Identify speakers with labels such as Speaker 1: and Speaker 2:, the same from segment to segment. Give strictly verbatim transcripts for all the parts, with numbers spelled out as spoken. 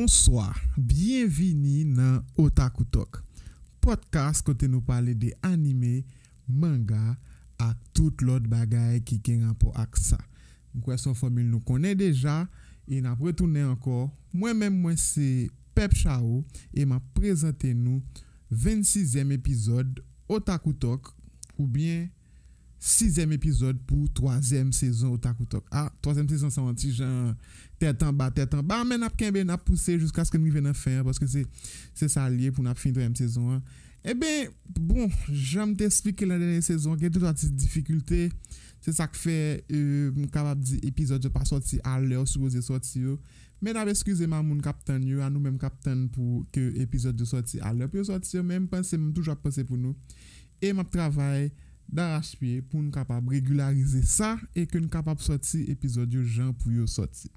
Speaker 1: Bonsoir, bienvenue dans Otaku Talk, podcast côté nous parler de anime, manga et tout l'autre bagaille qui gen rapport avec ça. Nous son formule nous connaît déjà et n'a retourné encore. Moi-même moi c'est Pep Chao et m'a présenté nous vingt-sixième épisode Otaku Talk ou bien sixième épisode pour troisième saison Otaku Talk. Ah, troisième saison c'est un petit genre tête en bas, tête en bas, mais n'a pas n'a poussé jusqu'à ce que nous vienne faire parce que c'est c'est ça lié pour n'a finir troisième saison. Hein. Eh bien, bon, j'aime t'expliquer la dernière saison, qu'il y a toutes les difficultés. C'est ça que fait euh capable dire épisode de pas sorti à l'heure supposé sortir. Mais d'abord excusez-moi mon capitaine yo, à nous même capitaine pour que épisode de sorti à l'heure pour sortir même penser même toujours penser pour nous. Et m'a travail d'arrache-pied pour nous capable régulariser ça et que nous capable sortir épisode de Jean pour yo sortir.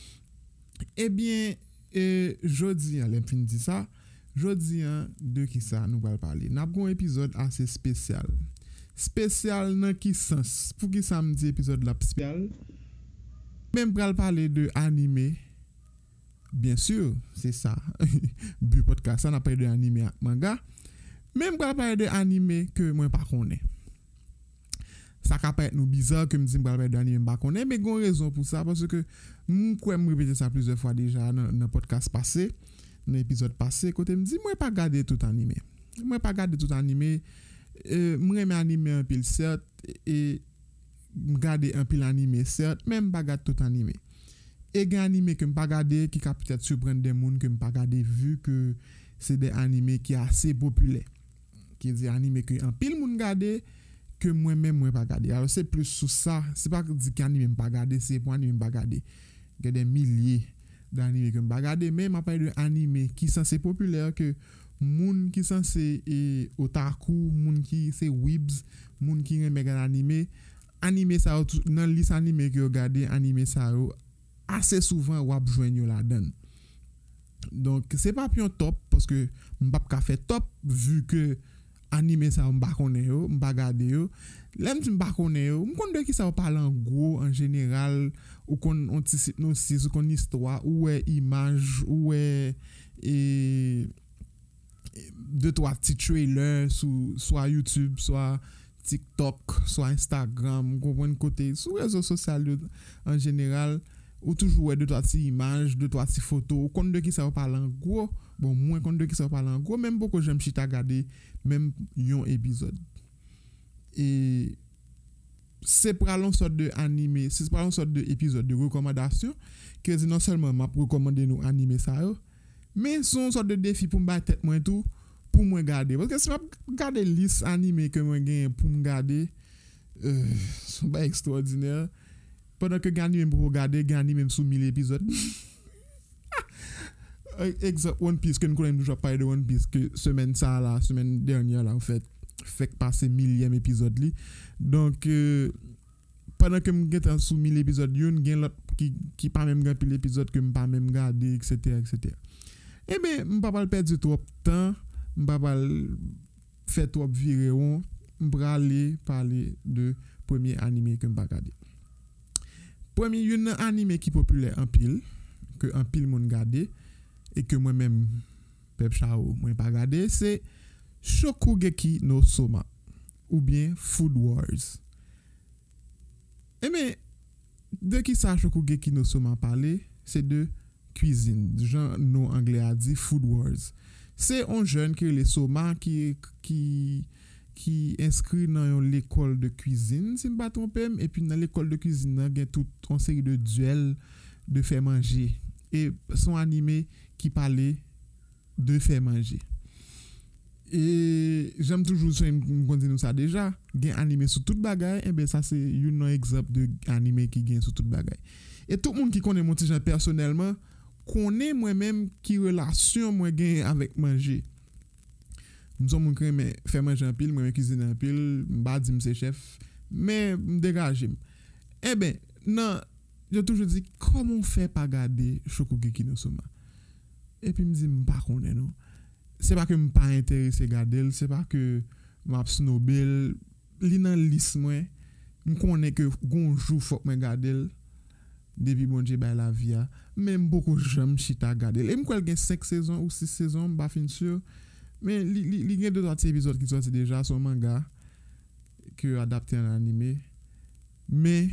Speaker 1: Eh bien, euh, jodi an, l'en fin dit ça, jodi an de qui ça nous va parler. N'a un épisode assez spécial. Spécial dans qui sens? Pour qui ça me dit épisode la spécial? Même pour parler de anime. Bien sûr, c'est ça. Bu podcast ça n'a pas de anime et manga. Même pour parler de anime que moi pas connais. Ça peut être nous bizarre que me dit parler de anime pas connais, mais gon raison pour ça parce que moi quoi me répéter ça plusieurs fois déjà dans dans podcast passé, dans épisode passé côté me dit moi pas regarder tout anime. Moi pas regarder tout anime. Euh, moi j'aime anime un pile certes et regarder un pile anime certes, même pas regarder tout anime. Et gen anime que me pas regarder qui peut peut-être surprendre des monde que me pas regarder vu que c'est des animés qui assez populaires. Qui dit anime que un pile monde regarder que moi-même moi pas regarder. Alors c'est plus sous ça, c'est pas que dit qu'anime pas regarder, c'est pour anime pas regarder. Il y a des milliers d'animés que me pas regarder, mais m'a parlé de anime qui sont assez populaires que moun qui sont c'est et otaku, moun qui c'est weebs, moun qui aime regarder anime, anime ça dans liste anime que regarder anime ça assez souvent ou ap joindre là-dedans. Donc c'est pas plus un top parce que m'pa ka faire top vu que anime ça m'pa connait yo, m'pa regarder yo. L'aime tu m'pa connait yo, m'konn de qui ça parle en gros en général ou qu'on anticipe nos si ou qu'on histoire ou est image ou est et deux trois petits trailers sur soit YouTube, soit TikTok, soit Instagram, comprendre côté sur réseaux sociaux en général ou toujours deux trois petites images, deux trois petites photos, ou compte de qui ça parle en gros, bon moins compte de qui ça parle en gros, même beaucoup j'aime chita regarder même un épisode. Et c'est pour une sorte de animé, c'est pour une sorte de épisode de recommandation que non seulement m'a recommander nous animer ça yo, mais son sorte de défi pour me battre tête moi tout pour moi regarder parce que si m'a regarder liste animé que moi gagne pour me regarder euh c'est pas extraordinaire. Pendant que gagner même pour regarder gagner même sous mille épisodes. Exemple One Piece que nous connaissons déjà parler de One Piece que semaine ça là semaine dernière là en fait fait passer millième épisode li. Donc euh, pendant que me gete sous mille épisodes yon gen l'autre qui qui pas même grand pile épisode que me pas même regarder etc etc. Eh ben me pas pas perdre trop temps, me pas pas faire trop virer on, me aller parler de premier animé que me pas regarder. Premier une anime qui populaire en pile que en pile monde regarder et que moi-même Pep Chao moi pas regarder c'est Shokugeki no Soma ou bien Food Wars. Et mais de qui ça Shokugeki no Soma parler c'est de cuisine, genre non anglais a dit Food Wars. C'est un jeune qui est le Soma qui qui qui inscrit dans l'école de cuisine si me pas tromper et puis dans l'école de cuisine il y a toute une série de duels de faire manger et son animé qui parlait de faire manger et j'aime toujours ça continue ça déjà gain animé sur toute bagaille et ben ça c'est un exemple de animé qui gagne sur toute bagaille et tout le monde qui connaît mon petit personnellement connaît moi-même qui relation moi gagne avec manger. Nous sommes qui mais faire manger en pile, moi cuisiner en pile, m'ba di m'se chef, mais m'dégager. Eh ben, non, j'ai toujours dit comment on fait pas garder Shokugeki no Soma. Et puis me dit m'pa connait non. C'est pas que m'pa intéressé garder, c'est pas que m'a snobel, li nan liste moi, m'connais que gon jour faut me garder depuis bon Dieu bay la vie a, même beaucoup j'aime chita regarder. Et m'kwel gen cinq saisons ou six saisons, m'pa fin sûr. Mais li li li gen deux trois épisodes qui sorti déjà son manga que adapté en animé. Mais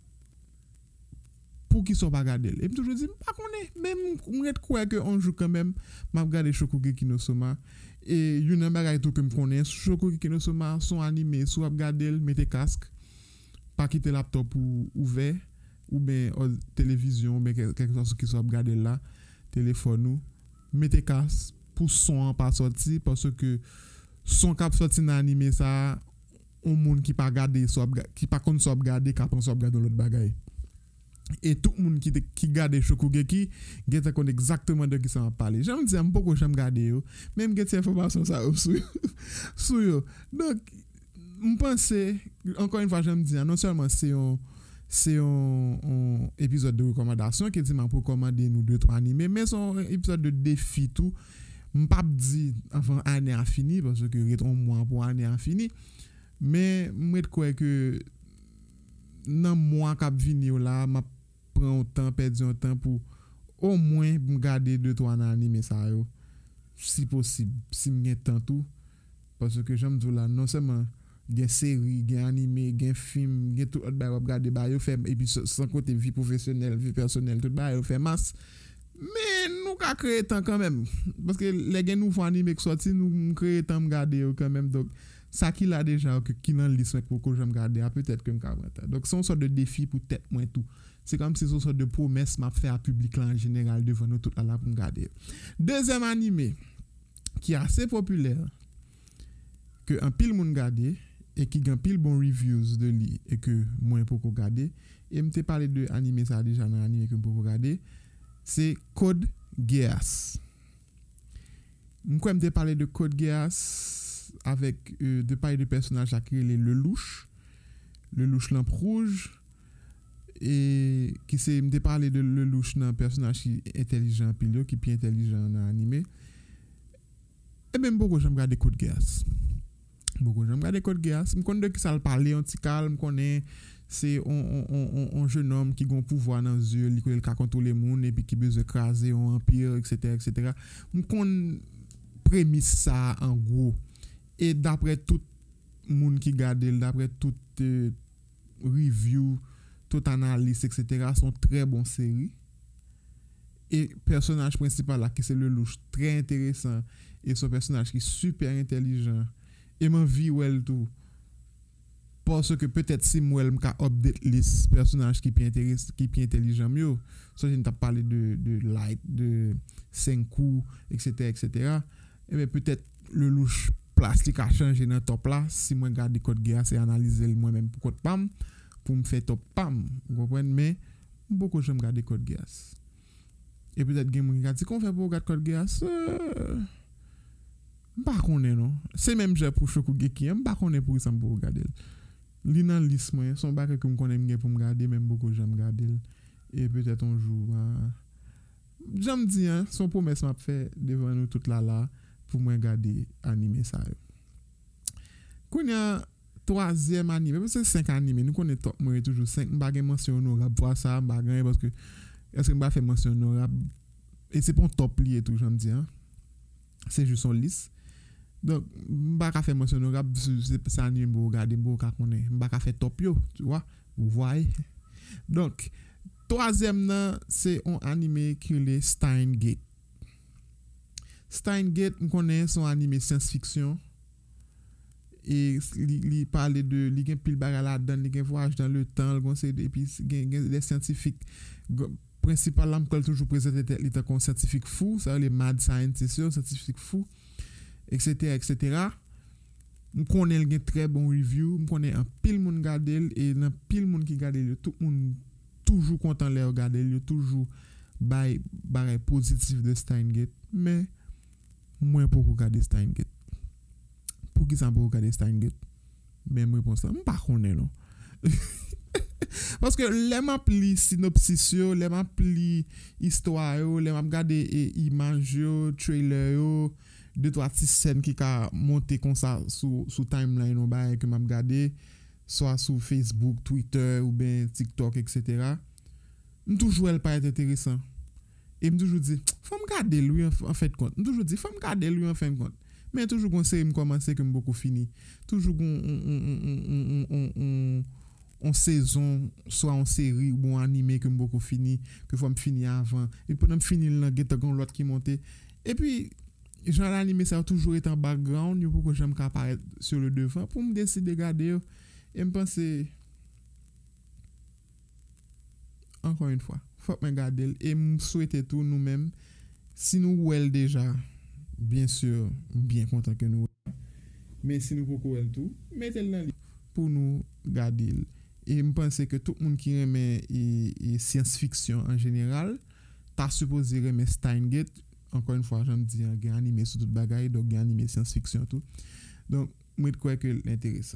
Speaker 1: pour qui sont pas regarder. Et toujours dit pas connaît même on quoi que on joue quand même m'a regarder Shokugeki no Soma et une bagay tout que me connais Shokugeki no Soma son animé soit regarder mettez casque pas quitter laptop ou ouvert ou bien télévision ou bien quelque chose qui soit regarder là téléphone ou mettez casque pour son pas sorti parce que son cap sorti dans animé ça on monde qui pas regarder soit qui pas connait soit regarder qui pense soit regarder l'autre bagay. Et tout le monde qui qui garde Shokugeki geta connaît exactement de qui ça va parler. J'aime dire beaucoup j'aime garder yo, même get information ça sur sur yo. Donc on pense encore une fois j'aime dire non seulement c'est un c'est un, un épisode de recommandation qui dit m'a recommander nous deux trois animés mais son épisode de défi tout m'pas dit avant année a fini parce que il un mois pour année a fini mais moi quoi que dans mois cap venir là m'a prend temps perdu un temps pour au moins me garder deux trois animés ça yo si possible si m'ai temps tout parce que j'aime dire là non seulement des séries des animés des films des tout autre ba regarder ba yo fait et puis sans côté vie professionnelle vie personnelle tout ba yo fait masse mais nous ka créer temps quand même parce que les gars nous font animé qui sorti nous créer temps me garder quand même donc ça qui l'a déjà que qui dans liste pour que j'aime garder peut-être que me capable donc c'est une sorte de défi pour tête moins tout c'est comme si c'est une sorte de promesse m'a fait à public là en général devant nous tout là pour garder deuxième animé qui est assez populaire que un pile monde garder et qui gagne pile bon reviews de lui et que moi pour regarder et me parlé de animé ça déjà dans animé que pour regarder c'est Code Geass. Moi me parlé de Code Geass avec euh, deux paires de personnages à créer le louche le louche lampe rouge et qui c'est me parler de le louche un personnage qui intelligent pile qui bien intelligent dans animé et même beaucoup j'aime regarder Code Geass beaucoup j'aime regarder Code Geass me connais qui ça le parler un petit calme connais c'est on on on jeune homme qui a un pouvoir dans les yeux il peut contrôler le monde et puis qui besoin écraser un empire etc etc me connais prémisse ça en gros et d'après tout monde qui regarde d'après toute euh, review toute analyse etc sont très bonnes séries et personnage principal là qui c'est le louche très intéressant et son personnage qui est super intelligent et mon vie well tout parce que peut-être si moi elle m'a update list personnage qui est intéressant qui est intelligent mieux ça je ne t'a parlé de de Light de Senku etc etc et bien peut-être le louche plastique a changé dans top là si moi regarde Code Geass et analyser moi-même pour code pam pour me faire top pam vous comprenez mais beaucoup j'aime regarder Code Geass et peut-être game qui dit qu'on fait pour regarder Code Geass euh, pas connait non c'est même j'ai pour Shokugeki pas connait pour ça pour regarder li nan liste moi son bagay que me connais pour me regarder même beaucoup j'aime regarder et peut-être un jour bah, j'aime dire hein, son promesse m'a fait devant nous toute là là pour me regarder animé ça kounya troisième animé parce que cinq animés nous connaît top moi toujours cinq bagay mention honorable pour ça bagay parce que est-ce que m'a fait mention honorable et c'est pas top lié tout j'aime dire hein? C'est juste son liste donc m'a ka faire mention honorable c'est ça animé pour regarder pour ka connaît m'a ka faire top yo tu vois vous voyez donc troisième nan c'est un animé qui est Steins Gate. Steins Gate on connaît son animé science-fiction et il parle de li gen pile bagarre là-dedans li gen voyage dans le temps gon c'est et puis gen des scientifiques principal là m'col toujours présenter l'état comme scientifique fou ça les mad scientists scientifique fou etc etc on connaît gen très bon review on connaît un pile monde garder et dans pile monde qui garder tout monde toujours content les regarder il toujours bail bail positif de Steins Gate mais moi pour regarder Steins Gate pour qui ça pour regarder Steins Gate même réponse là pas connais non parce que les m'a pli synopsis yo les m'a pli histoire yo les m'a regarder image yo trailer yo deux trois petites scènes qui a monté comme ça sous sous timeline on bail que m'a regarder soit sur Facebook Twitter ou bien TikTok etc toujours elle pas être intéressant. Et me toujours dit, faut me garder lui en, en fait compte. Me toujours dit, faut me garder lui en fin de compte. Mais toujours qu'on série me commencer que me beaucoup fini. Toujours qu'on on on on on on en saison soit en série ou bon animé que me beaucoup fini que faut me finir avant et pendant me finir là get l'autre qui monter et puis genre l'animé ça a toujours été en background pour que j'aime apparaître sur le devant pour me décider de regarder et me penser encore une fois faut me regarder et me souhaiter tout nous-mêmes si nous well déjà bien sûr bien content que nous mais si nous pouvons well tout mettez-le dans pour nous garder. Et je pense que tout le monde qui aime et, et science-fiction en général, t'as supposé aimer Steingate. Encore une fois, j'aime dire, il y a animé sur toute bagaille, donc il y a animé science-fiction tout. Donc, moi, je crois que c'est intéressant.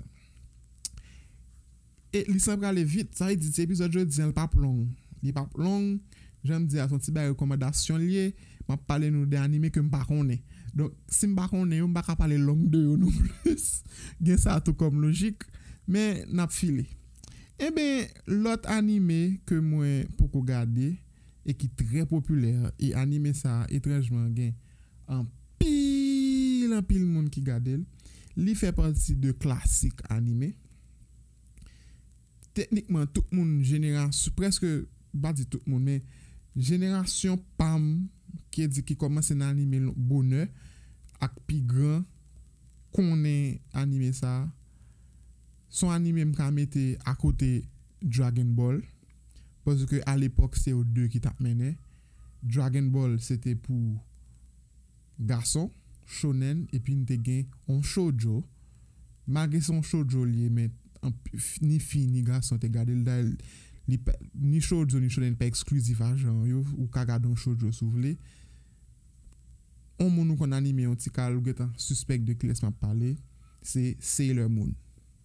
Speaker 1: Et l'histoire va aller vite. Ça veut dire que cet épisode, je dis, il n'est pas long. Il n'est pas long. J'aime dire, à son petit recommandation liée, je vais parler nous d'animé que je ne connais pas. Donc, si je ne connais pas, je ne vais pas parler long de eux non plus. Il y a ça tout comme logique. Mais, n'a pas filé. Eh bien, l'autre animé que moi pour regarder et qui est très populaire et animé ça étrangement gain en pile en pile monde qui regarde, il fait partie de classique animé. Techniquement tout le monde génération presque pas dit tout le monde mais génération Pam qui dit qui commence à animer bonheur avec plus grand qu'on est animé ça. Son animé m'a metté à côté Dragon Ball parce que à l'époque c'est aux deux qui t'a mené. Dragon Ball c'était pour garçon shonen et puis n'était gain on shoujo malgré son shoujo lié mais ni fille ni garçon t'es gardé ni shoujo ni shonen pas exclusif à genre yo ou ka garder un shoujo si vous voulez. On moun qu'on animé un petit cal ou suspect de qui laisse m'a parler c'est Sailor Moon.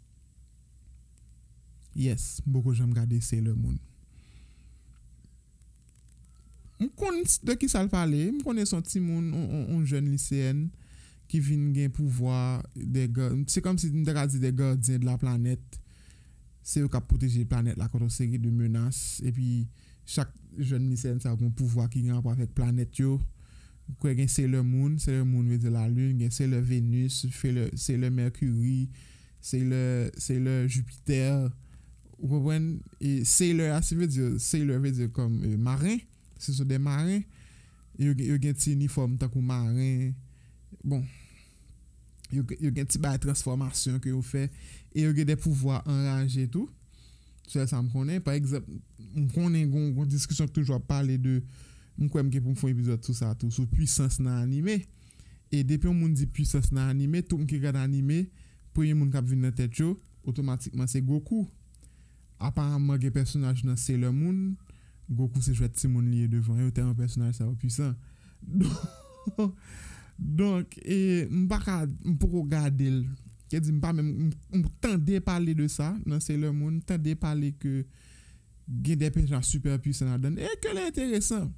Speaker 1: Yes, beaucoup j'aime regarder Sailor Moon. On connaît de qui ça le parler, on connaît son petit monde un jeune lycéenne qui vient gain pouvoir des c'est comme si on dit des gardiens de la planète. C'est eux qui protéger la planète là contre une série de menaces et puis chaque jeune lycéenne ça a un pouvoir qui a avec planète yo. Quoi gain Sailor Moon, Sailor Moon veut dire la lune, gain c'est le Vénus, c'est le Mercure, c'est le c'est le Jupiter. Vous comprenez? Et sailor, ça veut dire, sailor veut dire comme euh, marin. Ce sont des marins. Ils ont un petit uniforme tant que marin. Bon. Ils ont un petit bail de transformation que vous faites. Et ils ont des pouvoirs enragés et tout. Ça, ça me connaît. Par exemple, on connaît une discussion que toujours parler de. Je crois que pour faire un épisode tout ça, tout sur puissance dans l'animé. Et depuis on dit puissance dans l'animé, tout le monde qui regarde l'animé, premier monde qui vient dans la tête, automatiquement c'est Goku. Apparemment, les personnages dans Sailor Moon, Goku c'est joué petit monde lié devant, il était un personnage ça puissant. Donc, donc et m'pas pour regarder, qui dit m'pas même m'tendait parler de ça dans Sailor Moon, m'tendait parler que il y a des personnages super puissants là-dedans et que l'intéressant.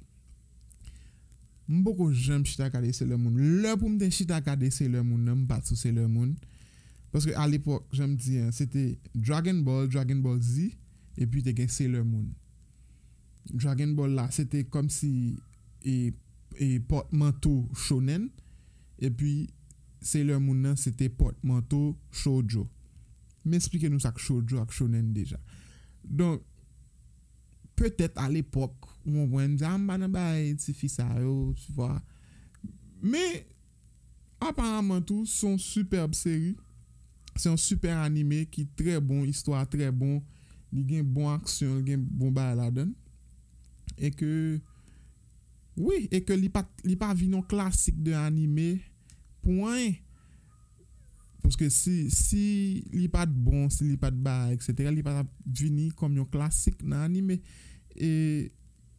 Speaker 1: M'boko j'aime chita regarder Sailor Moon. Là pour me chita regarder Sailor Moon, m'pas sur Sailor Moon. Parce que à l'époque, j'aime dire, c'était Dragon Ball, Dragon Ball Z, et puis t'es Sailor Moon. Dragon Ball là, c'était comme si et et porte-manteau shonen, et puis Sailor Moon là, c'était porte-manteau shoujo. M'expliquez-nous ça que shoujo et shonen déjà. Donc peut-être à l'époque, on voit un diamant bah c'est fils ça, tu vois. Mais apparemment tout sont superbes séries. C'est un super animé qui est très bon, histoire très bon, il y a une bonne action, il y a une bonne balle et que oui, et que il pas il pas un classique de animé point parce que si si il pas de bon, si il pas de balle, et cetera, il pas venir comme un classique dans animé et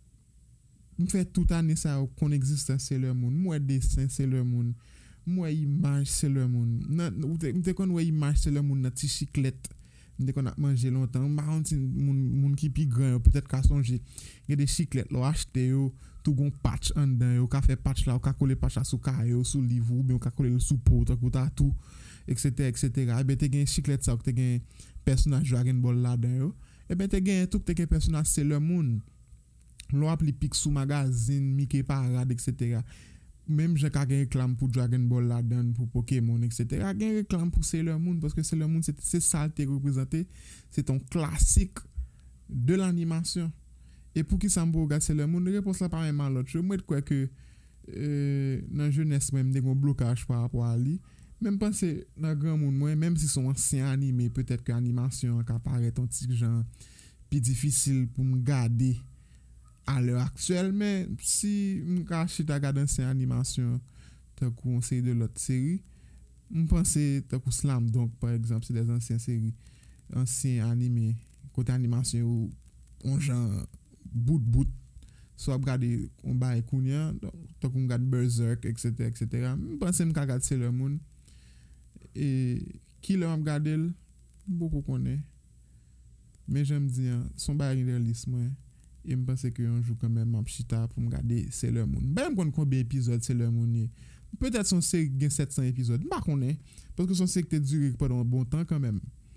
Speaker 1: me fait toute année ça qu'on existe Sailor Moon, moi dessin Sailor Moon. Moi image Sailor Moon ou te kon ouais image Sailor Moon na ti chiclette me kon a manger longtemps marron ti moun moun qui pi grand peut-être ka songer il y a des chiclettes là acheter yo tout gon patch en dedans yo ka fait patch là ou ka coller patch sous caillou sous livre ou bien ka coller sous pot tout etc etc et ben te gen chiclette ça te gen personnage Dragon Ball là dedans yo et ben te gen tout te gen personnage Sailor Moon l'on appli Picsou Magazine, Mickey Parade, et cetera. Même j'ai qu'à réclame pour Dragon Ball là-dedans, pour Pokémon, et cetera. J'ai réclame pour Sailor Moon, parce que Sailor Moon, c'est, c'est ça qui est représenté. C'est un classique de l'animation. Et pour qui ça me regarde Sailor Moon, la réponse là pas même à l'autre. Je me dis quoi que euh, dans la jeunesse, même, des gros blocage par rapport à lui. Même penser dans le grand monde, moi, même si son ancien animé, peut-être que l'animation qui apparaît un petit genre plus difficile pour me garder à l'heure actuelle, mais si je regarde ancien animation, tant qu'on sait de l'autre série, je pense tant qu'on Slam, donc par exemple, c'est des anciennes séries, anciens animés, côté animation où on genre bout bout, soit regarder on bail Kounia, tant qu'on regarde Berserk, et cetera, et cetera. Je pense que je regarde Sailor Moon. Et qui l'a regardé, beaucoup connaît. Mais j'aime dire, son bail réaliste, moi. Et je pense que un jour, quand même, je suis pour me regarder Sailor Moon. Ben, je combien d'épisodes Sailor Moon. Peut-être son série a sept cents épisodes. Je ne connais pas. Parce que son série a duré pendant un bon temps, quand même.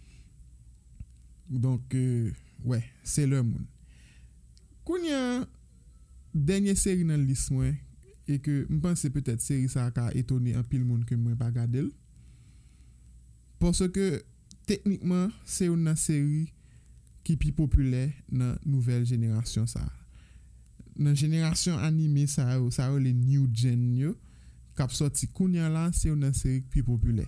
Speaker 1: Donc, euh, ouais, Sailor Moon. Quand il y a dernière série dans la liste, moi, et que je pense que peut-être série ça a étonné un pile monde que moi pas regarder. Parce que techniquement, c'est une série qui est plus populaire dans la nouvelle génération. Ça. Dans la génération animée, ça a les new gen yo. Cap sorti Kounia là, c'est une série plus populaire.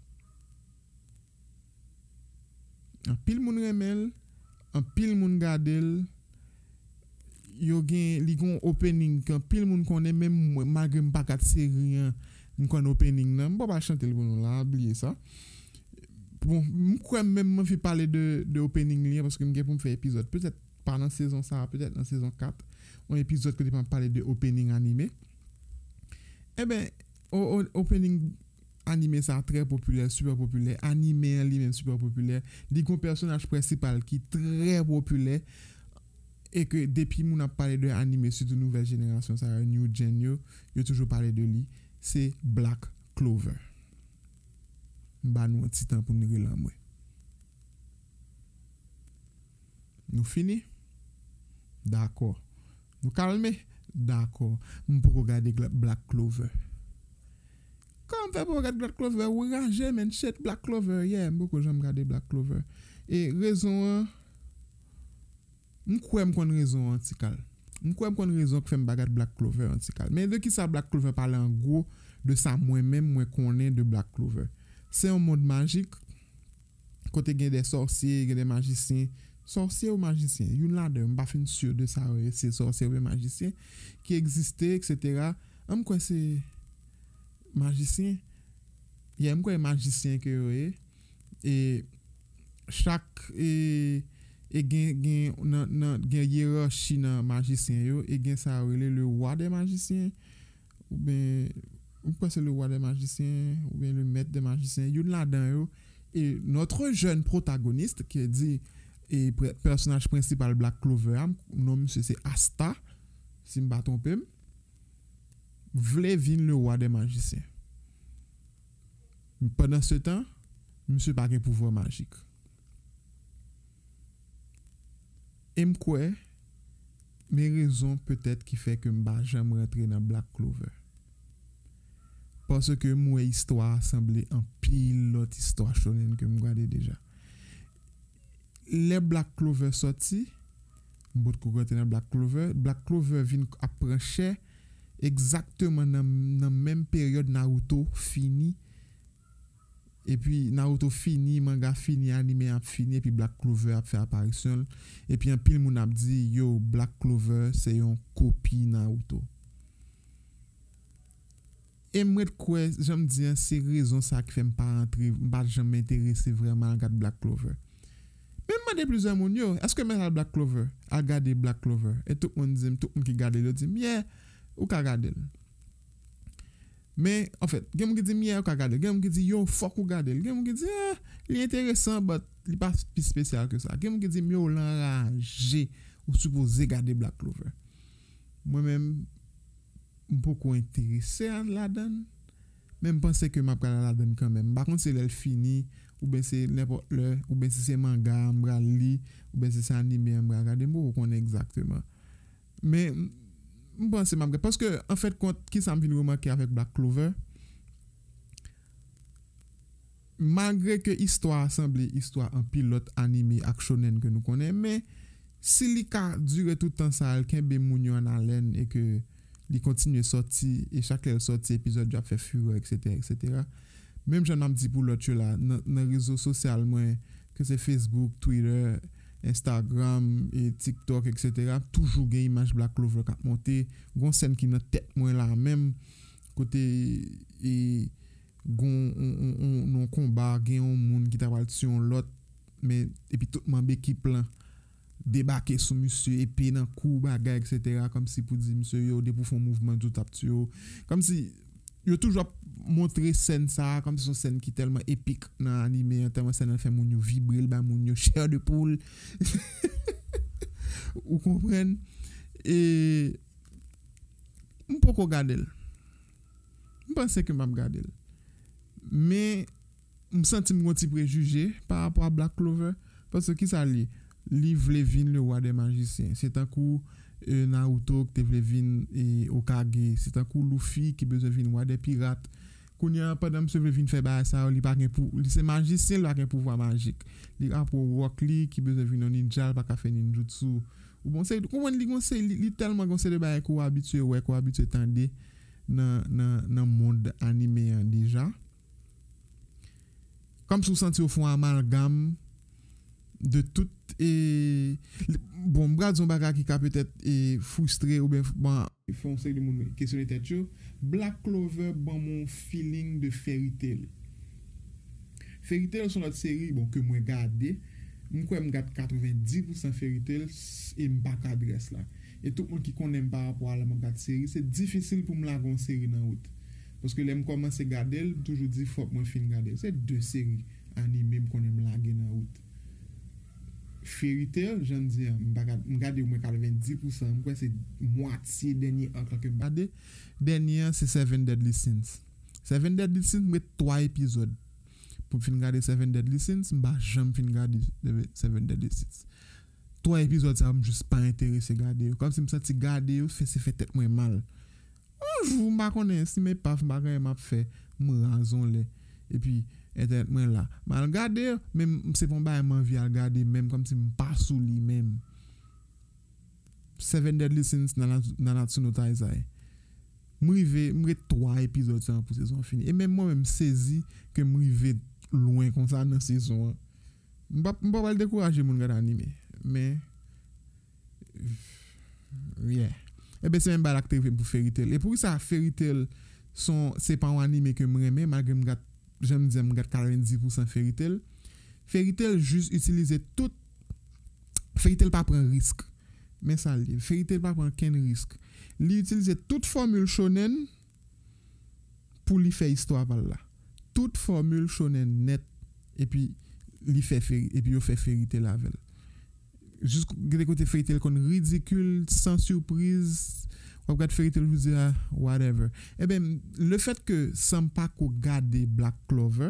Speaker 1: Un pile moun remel, un pile moun gadel. Yo gen li gon opening kan pile moun connaît même malgré m'pas kat série on connaît opening nan. M'pa pas chanter le bon là, oublier ça. Bon, moi même me fait parler de de opening li parce que m'gè pour me faire épisode peut-être pendant saison ça, peut-être dans saison quatre, un épisode que je parler de opening animé. Eh ben opening animé ça très populaire, super populaire, animé lui-même super populaire, dit un personnage principal qui très populaire et que depuis mon a parlé de animé surtout nouvelle génération ça new gen yo, yo toujours parlé de lui, c'est Black Clover. Bah nous un petit temps pour nous relancer. Nous fini? D'accord. Nous calmer? D'accord. Nous pouvons regarder Black Clover. Comment faire pour regarder Black Clover? Ou ranger men chet Black Clover. Yeah, beaucoup j'aime regarder Black Clover. Et raison m'crois m'kon raison antical. M'crois m'kon raison que fait m'bagarder Black Clover antical. Mais de qui ça Black Clover parle en gros de ça moi-même moi connais de Black Clover. C'est un monde magique. Côté gen des sorciers, gen des magiciens, sorciers ou magiciens, yon là de m'pa fin sûr de ça, c'est sorciers ou magiciens qui existaient, et cetera. Am quoi c'est magicien? Il y a quoi magicien que yo et chaque et et gen gen nan nan gen hiérarchie nan magicien yo et gen ça le roi des magiciens ou bien ou quoi c'est le roi des magiciens ou bien le maître des magiciens yon là-dedans yo et notre jeune protagoniste qui est dit et personnage principal Black Clover nom monsieur c'est Asta si m'pa tromper vle vin le roi des magiciens. Pendant ce temps monsieur pas gen pouvoir magique et m'kwe mes raisons peut-être qui fait que m'ba jamais rentrer dans Black Clover. Parce que moi histoire semblait en pile l'autre histoire shonen que m'gade déjà. Les Black Clover sorti, m'bot ko rentrer dans Black Clover, Black Clover vient approcher exactement dans dans même période Naruto fini. Et puis Naruto fini, manga fini, anime a fini et puis Black Clover a fait apparition et puis un pile moun a dit yo Black Clover c'est une copie Naruto. Et moi quoi j'aime dire c'est raison ça qui fait me pas rentrer, pas jamais m'intéresser vraiment à regarder Black Clover. Même moi de plusieurs moun yo, est-ce que même Black Clover, a regarder Black Clover et tout le monde dit tout le monde qui regarde le dit yeah, ou ka regarder. Mais en fait, gen moun ki di miye ou ka gade, gen moun ki di yo fuck ou gade, gen moun ki di ah, li intéressant but li pas plus spécial que ça. Gen moun ki di miyo l'enragé ou supposé gade Black Clover. Moi-même beaucoup intéressé à là-dedans, même penser que m'a pral là-dedans quand même. Par contre c'est l'elle fini ou ben c'est n'importe le ou ben c'est manga m'bral li ou ben c'est animé m'bral regarder beaucoup connaît exactement. Mais je pense que parce que en fait quand qui ça me vient remarquer avec Black Clover, malgré que l'histoire semble histoire en pilote animé actionnen que nous connaissons, mais si li ka dure tout le temps ça, el kembe moun yo en haleine et que li continue sorti et chaque sorti épisode doit faire fureur et cetera et cetera. Même j'en ai dit pour l'autre là dans réseaux sociaux moins que c'est Facebook, Twitter, Instagram et TikTok et cetera. Toujours gen image Black Clover qui monté, gon scène qui dans tête moins là même côté et gon on on on combat gen un monde qui t'a sur l'autre mais et puis tout membre équipe là débarquer sur monsieur et puis dans coup bagay et cetera comme si pour dire monsieur yo de pour faire mouvement tout tap yo comme si yo toujours montrer scène ça comme si son scène qui tellement épique dans animé tellement scène fait moun yo vibrer ba moun yo chair de poule ou comprendre et on peut regarder je pense que m'a regarder mais me senti mon petit préjugé par rapport à Black Clover parce que qui ça li livre Levin le roi des magiciens c'est un coup euh, Naruto qui devait venir et Hokage c'est un coup Luffy qui besoin venir roi des pirates kounya pendant monsieur Levin fait ba ça il pas pour c'est magicien il a un pouvoir magique il a pour Rock Lee qui besoin venir ninja pas ka faire ninjutsu ou bon c'est comment il conseil il tellement conseil de ba ko habitué ouais ko habitué tande dans dans dans monde animé déjà comme si vous sentez au fond amalgame de tout et bon bras son bagage qui peut-être est frustré ou bien bon ils font ça de monde questionner tête yo Black Clover bon mon feeling de fairy tale fairy tale sont notre série bon que moi regarder moi quoi me regarde quatre-vingt-dix pour cent fairy tale et m'pas adresse là et tout le monde qui connaît par rapport à la regarde série c'est difficile pour me la gon série dans route parce que l'aime commencer garder toujours dit faut moi fin garder c'est deux séries animées me connaît me laguer dans route Fairy Tail, j'en dis, je regarde au moins quatre-vingt-dix pour cent, moi c'est moitié dernier en tant que regarder. Dernier c'est Seven Deadly Sins. Seven Deadly Sins, mais trois épisodes. Pour fin regarder Seven Deadly Sins, je ne jamais fin regarder Seven Deadly Sins. Trois épisodes, ça me juste pas intéressé regarder. Comme si je me senti regarder, fait c'est fait tête moins mal. Un jour, je connais si mes paf m'a m'a fait, me raison les. Et puis internet moi là mal regarder même c'est bon ba m'envie à regarder même comme si me pas sous lui même Seven Deadly Sins Nanatsu no Taizai m'rivé m'rivé trois épisodes pour saison finie et même moi même saisi que m'rivé loin comme ça dans saison m'pas m'pas décourager mon regarder animé mais yeah et ben c'est même pas l'acteur pour Fairy Tail et pour ça Fairy Tail sont c'est pas un animé que m'aime malgré me j'aime dire me regarde quatre-vingt-dix pour cent Fairy Tail Fairy Tail juste utiliser tout Fairy Tail pas prendre risque mais ça li Fairy Tail pas prendre aucun risque il utiliser toute formule shonen pour lui faire histoire par là toute formule shonen net et puis lui fait et puis il fait Fairy Tail avec juste de côté Fairy Tail qu'on ridicule sans surprise ou regarde Fairy Tail vous dire whatever et ben le fait que sans pas qu'on garder Black Clover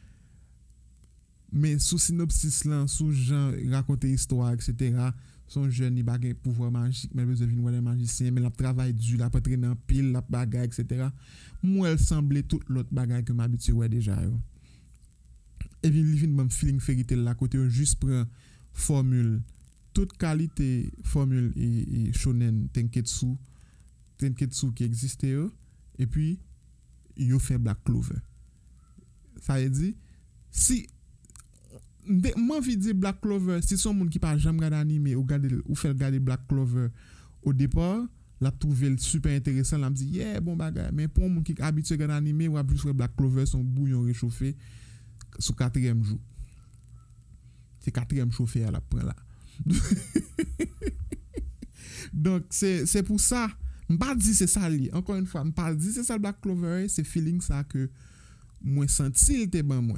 Speaker 1: mais sous synopsis là sous gens raconter histoire etc son jeune il bagay pouvoir magique mais besoin venir voir magicien mais la travail dur la pas traîner en pile la bagaille etc moi elle semblait tout l'autre bagaille que m'habitué ouais déjà yo. Et puis il vient même feeling Fairy Tail là côté juste prend formule toute qualité formule et, et shonen tenketsu tenketsu qui existait yo, et puis yo fait Black Clover ça veut dire si moi envie dire Black Clover si son monde qui pas jamais regarder animé ou regarder ou faire regarder Black Clover au départ l'a trouvé super intéressant l'a dit yeah bon bagay mais pour monde qui habitué regarder animé ou a plus Black Clover son bouillon réchauffé sur quatrième jour c'est quatrième chauffé à la prend là donc c'est c'est pour ça m'pas dit c'est ça li encore une fois m'pas dit c'est ça Black Clover c'est feeling ça que moi senti était ben moi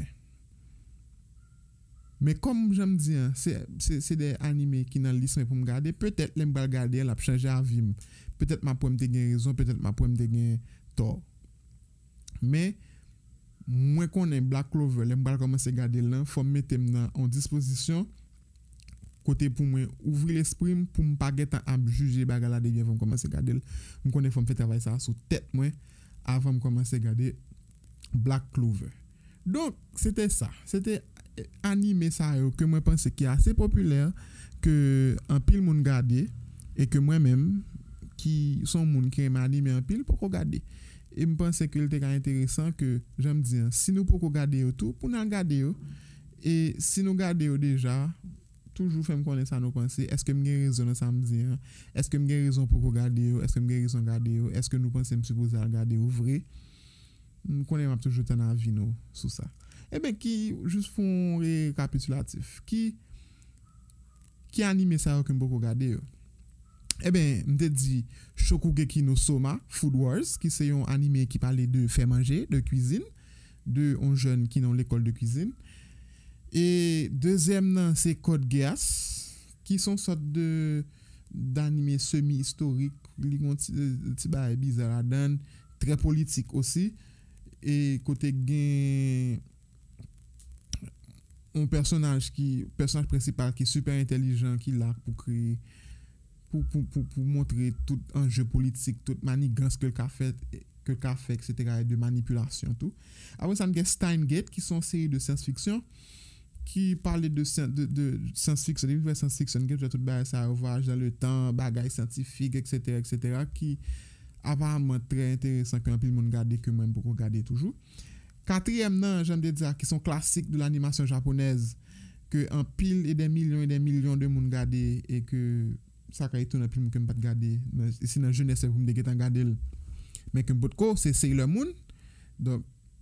Speaker 1: mais comme j'aime dire c'est c'est c'est des animés qui dans liste pour me garder peut-être l'aime pas regarder l'a changer avis peut-être ma pour me gagner raison peut-être ma pour me gagner tort mais moi connais Black Clover l'aime pas commencer garder là faut mettre en disposition côté pour moi ouvrir l'esprit pour me pas get à juger bagarre là devient pour commencer regarder me connais faut me faire travail ça sous tête moi avant de commencer regarder Black Clover. Donc c'était ça, c'était animé ça que moi pense qui est assez populaire que un pile monde regarder et que moi-même qui sont monde qui aime animé un pile pour regarder. Et me pense que c'était intéressant que j'aime dire si nous pour regarder tout pour nous regarder et si nous regarder déjà toujours faire me connaître ça nous penser est-ce que me raison ça me dire est-ce que me raison pour regarder est-ce que me raison regarder est-ce que nous pensons me supposer regarder au vrai nous connaissons toujours un avis nous sur ça et ben qui juste font récapitulatif qui qui animé ça que me beaucoup regarder eh ben me dit Shokugeki no Soma Food Wars qui c'est un animé qui parlait de faire manger de cuisine de un jeune qui dans l'école de cuisine. Et deuxième c'est Code Geass qui sont sorte de d'animé semi-historique, li gon ti bail bizarre là très politique aussi et côté gain un personnage qui personnage principal qui est super intelligent qui là pour créer pour pour pour, pour montrer tout enjeu politique, toute manigance que le café que le café et cetera de manipulation tout. Après ça on a Steingate qui sont série de science-fiction qui parlait de, de, de science-fiction, des science-fiction, qui fait tout ça, voyage dans le temps, bagaille scientifique, et cetera, et cetera, qui apparemment très intéressant que un peu le monde regarde que moi beaucoup regarder toujours. Quatrième nan, j'aime dire qui sont classiques de l'animation japonaise que un pile et des millions et des millions de monde regarder et que ça quand tout un pile que me pas regarder. Si dans jeunesse vous me déguet regarder mais que beaucoup c'est Sailor Moon. Donc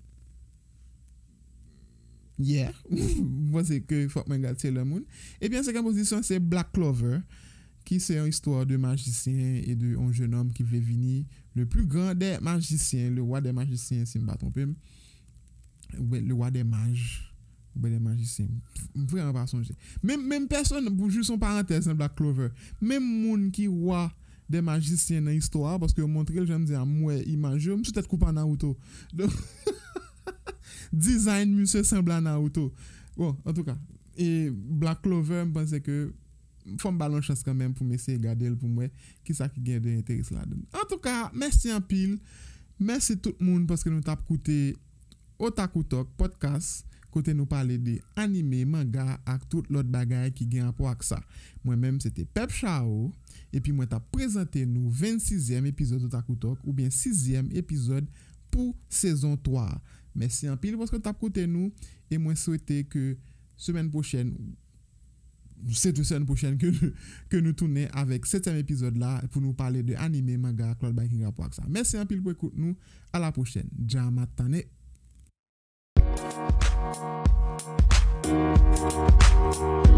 Speaker 1: yeah, moi c'est que faut me regarder Sailor Moon. Et bien cette composition c'est Black Clover qui c'est une histoire de magicien et de un jeune homme qui veut venir le plus grand des magiciens, le roi des magiciens si me pas tromper. Le roi des mages, ou des magiciens. Vraiment pas songer. Même même personne pour juste son parenthèse dans Black Clover. Même moun qui roi des magiciens dans l'histoire parce que montrer j'aime dire moi image, je me suis peut-être coupé en Naruto. Donc design monsieur semble à Naruto. Bon, en tout cas, et Black Clover, je pense que faut me ballon chance quand même pour m'essayer regarder pour moi qui ça qui gagne de intérêt là-dedans. En tout cas, merci en pile. Merci tout le monde parce que nous t'a écouté Otaku Talk podcast côté nous parler de animé, manga et tout l'autre bagaille qui gagne rapport avec ça. Moi-même c'était Pep Chao et puis moi t'a présenté nous vingt-sixième épisode d'Otaku Talk ou bien sixième épisode pour saison trois. Merci en pile parce que t'as écouté nous et moi souhaiter que semaine prochaine c'est la semaine prochaine que nous, que nous tournons avec septième épisode là pour nous parler de animé, manga, Claude Biking rapport avec ça. Merci en pile pour écouter nous. À la prochaine. Jamatane. Thank you.